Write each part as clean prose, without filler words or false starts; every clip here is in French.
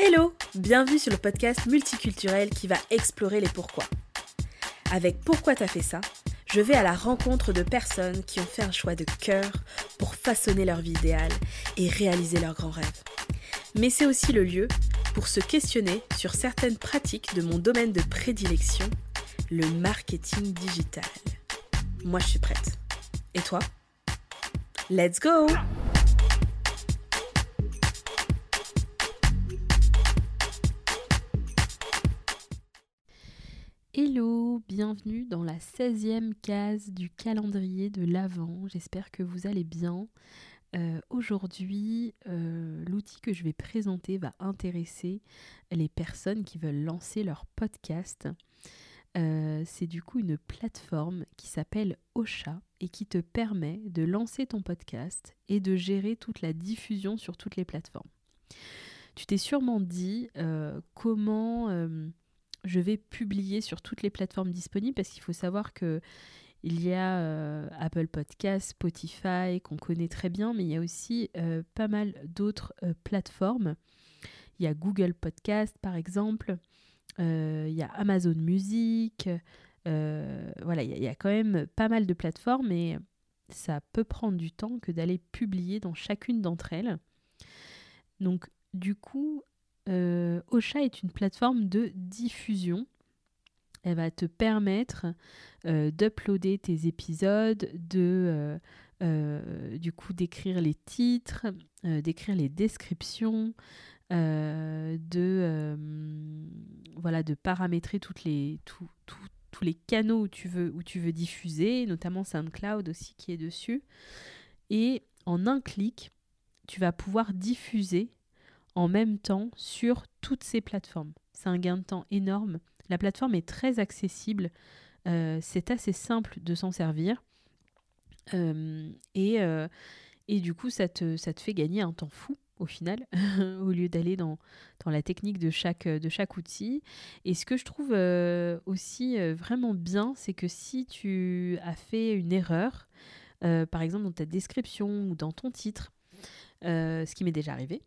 Hello, bienvenue sur le podcast multiculturel qui va explorer les pourquoi. Avec Pourquoi t'as fait ça, je vais à la rencontre de personnes qui ont fait un choix de cœur pour façonner leur vie idéale et réaliser leurs grands rêves. Mais c'est aussi le lieu pour se questionner sur certaines pratiques de mon domaine de prédilection, le marketing digital. Moi, je suis prête. Et toi? Let's go! Hello, bienvenue dans la 16e case du calendrier de l'Avent. J'espère que vous allez bien. Aujourd'hui, l'outil que je vais présenter va intéresser les personnes qui veulent lancer leur podcast. C'est du coup une plateforme qui s'appelle Ocha et qui te permet de lancer ton podcast et de gérer toute la diffusion sur toutes les plateformes. Tu t'es sûrement dit comment je vais publier sur toutes les plateformes disponibles, parce qu'il faut savoir qu'il y a Apple Podcasts, Spotify qu'on connaît très bien, mais il y a aussi pas mal d'autres plateformes. Il y a Google Podcasts par exemple, il y a Amazon Music, voilà, il y a quand même pas mal de plateformes et ça peut prendre du temps que d'aller publier dans chacune d'entre elles. Donc du coup, Ocha est une plateforme de diffusion. Elle va te permettre d'uploader tes épisodes, du coup d'écrire les titres, d'écrire les descriptions, de paramétrer tous les canaux où tu veux diffuser, notamment SoundCloud aussi qui est dessus. Et en un clic, tu vas pouvoir diffuser en même temps sur toutes ces plateformes. C'est un gain de temps énorme. La plateforme est très accessible. C'est assez simple de s'en servir. Et du coup, ça te fait gagner un temps fou au final, au lieu d'aller dans la technique de chaque outil. Et ce que je trouve aussi vraiment bien, c'est que si tu as fait une erreur, par exemple dans ta description ou dans ton titre, ce qui m'est déjà arrivé,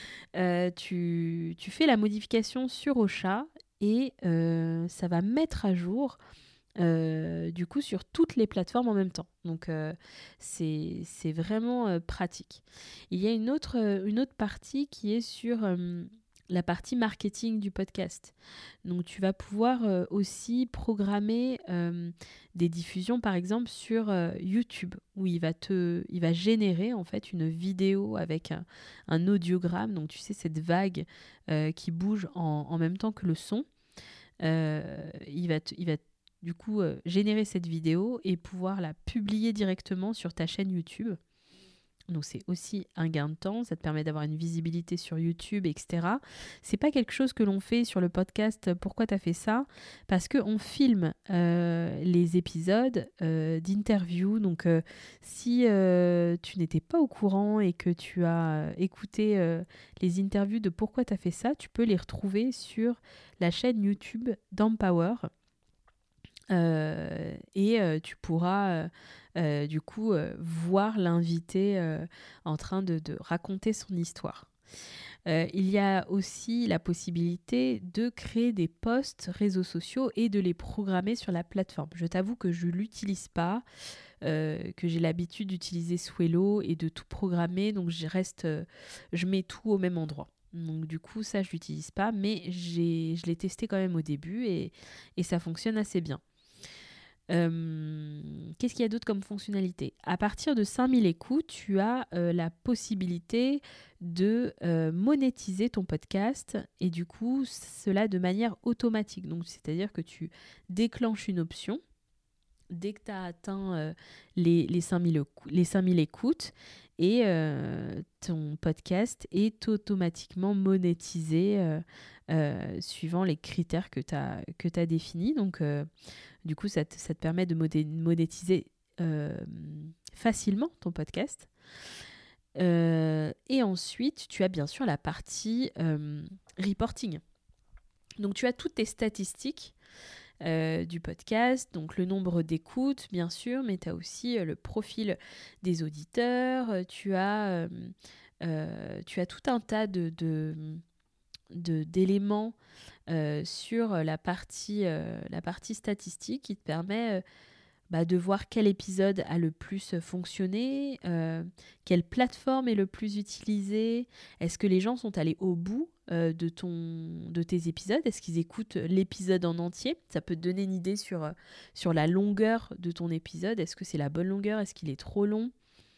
tu fais la modification sur Ocha et ça va mettre à jour du coup sur toutes les plateformes en même temps. Donc c'est vraiment pratique. Il y a une autre partie qui est sur la partie marketing du podcast. Donc tu vas pouvoir aussi programmer des diffusions par exemple sur YouTube, où il va générer en fait une vidéo avec un audiogramme, donc tu sais cette vague qui bouge en même temps que le son. Il va du coup générer cette vidéo et pouvoir la publier directement sur ta chaîne YouTube. Donc c'est aussi un gain de temps, ça te permet d'avoir une visibilité sur YouTube, etc. C'est pas quelque chose que l'on fait sur le podcast Pourquoi t'as fait ça, parce qu'on filme les épisodes d'interview. Donc si tu n'étais pas au courant et que tu as écouté les interviews de Pourquoi t'as fait ça, tu peux les retrouver sur la chaîne YouTube d'Empower. Tu pourras du coup voir l'invité en train de raconter son histoire. Il y a aussi la possibilité de créer des posts réseaux sociaux et de les programmer sur la plateforme. Je t'avoue que je ne l'utilise pas, que j'ai l'habitude d'utiliser Swello et de tout programmer, donc je mets tout au même endroit. Donc du coup, ça, je ne l'utilise pas, mais je l'ai testé quand même au début et ça fonctionne assez bien. Qu'est-ce qu'il y a d'autre comme fonctionnalité ? À partir de 5000 écoutes, tu as la possibilité de monétiser ton podcast et du coup, cela de manière automatique. Donc, c'est-à-dire que tu déclenches une option dès que tu as atteint les 5000 écoutes et ton podcast est automatiquement monétisé suivant les critères que tu as définis. Donc, du coup, ça te permet de monétiser facilement ton podcast. Et ensuite, tu as bien sûr la partie reporting. Donc, tu as toutes tes statistiques du podcast, donc le nombre d'écoutes, bien sûr, mais tu as aussi le profil des auditeurs. Tu as tout un tas d'éléments sur la partie statistique qui te permet de voir quel épisode a le plus fonctionné, quelle plateforme est le plus utilisée, est-ce que les gens sont allés au bout de tes épisodes, est-ce qu'ils écoutent l'épisode en entier, ça peut te donner une idée sur la longueur de ton épisode, est-ce que c'est la bonne longueur, est-ce qu'il est trop long.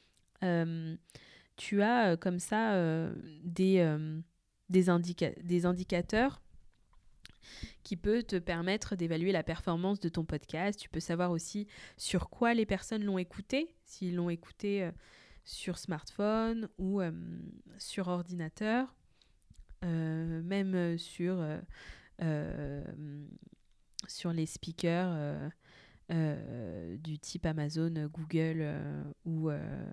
Tu as comme ça des indicateurs qui peut te permettre d'évaluer la performance de ton podcast. Tu peux savoir aussi sur quoi les personnes l'ont écouté, s'ils l'ont écouté sur smartphone ou sur ordinateur, même sur les speakers du type Amazon, Google ou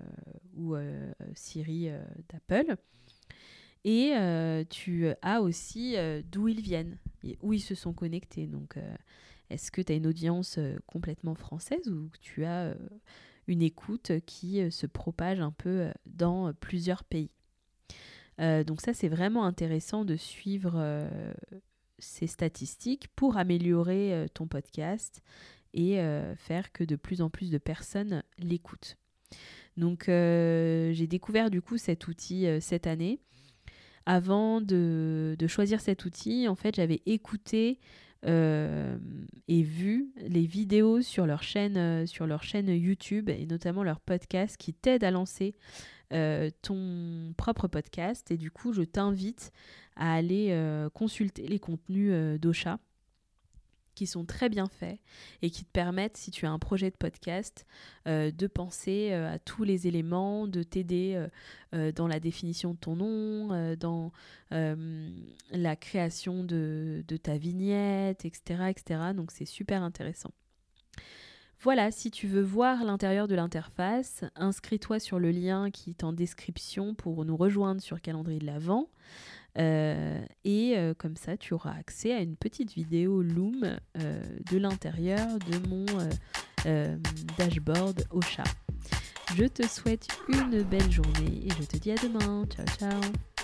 Siri d'Apple. Et tu as aussi d'où ils viennent, et où ils se sont connectés. Donc, est-ce que tu as une audience complètement française ou que tu as une écoute qui se propage un peu dans plusieurs pays. Donc ça, c'est vraiment intéressant de suivre ces statistiques pour améliorer ton podcast et faire que de plus en plus de personnes l'écoutent. Donc, j'ai découvert du coup cet outil cette année. Avant de choisir cet outil, en fait, j'avais écouté et vu les vidéos sur leur chaîne YouTube et notamment leur podcast qui t'aident à lancer ton propre podcast. Et du coup, je t'invite à aller consulter les contenus d'Ocha qui sont très bien faits et qui te permettent, si tu as un projet de podcast, de penser à tous les éléments, de t'aider dans la définition de ton nom, dans la création de ta vignette, etc., etc. Donc, c'est super intéressant. Voilà, si tu veux voir l'intérieur de l'interface, inscris-toi sur le lien qui est en description pour nous rejoindre sur Calendrier de l'Avent. Et comme ça, tu auras accès à une petite vidéo Loom de l'intérieur de mon dashboard Ocha. Je te souhaite une belle journée et je te dis à demain. Ciao, ciao.